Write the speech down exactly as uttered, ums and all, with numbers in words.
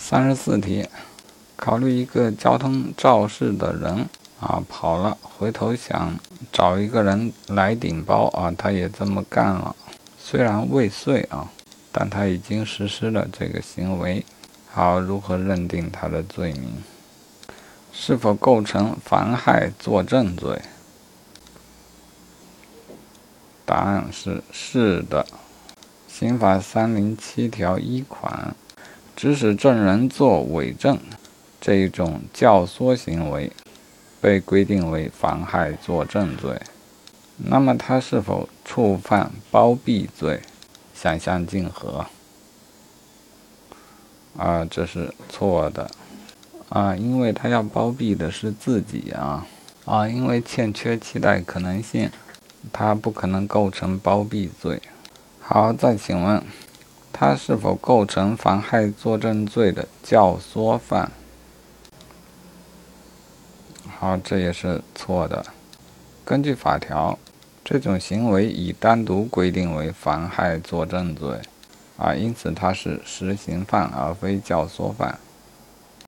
三十四题，考虑一个交通肇事的人啊跑了，回头想找一个人来顶包啊，他也这么干了，虽然未遂啊，但他已经实施了这个行为。好，如何认定他的罪名？是否构成妨害作证罪？答案是是的。刑法三零七条一款，指使证人作伪证这一种教唆行为，被规定为妨害作证罪。那么他是否触犯包庇罪？想象竞合。啊，这是错的。啊，因为他要包庇的是自己啊。啊，因为欠缺期待可能性，他不可能构成包庇罪。好，再请问，他是否构成妨害作证罪的教唆犯？好，这也是错的。根据法条，这种行为已单独规定为妨害作证罪，啊，因此它是实行犯而非教唆犯。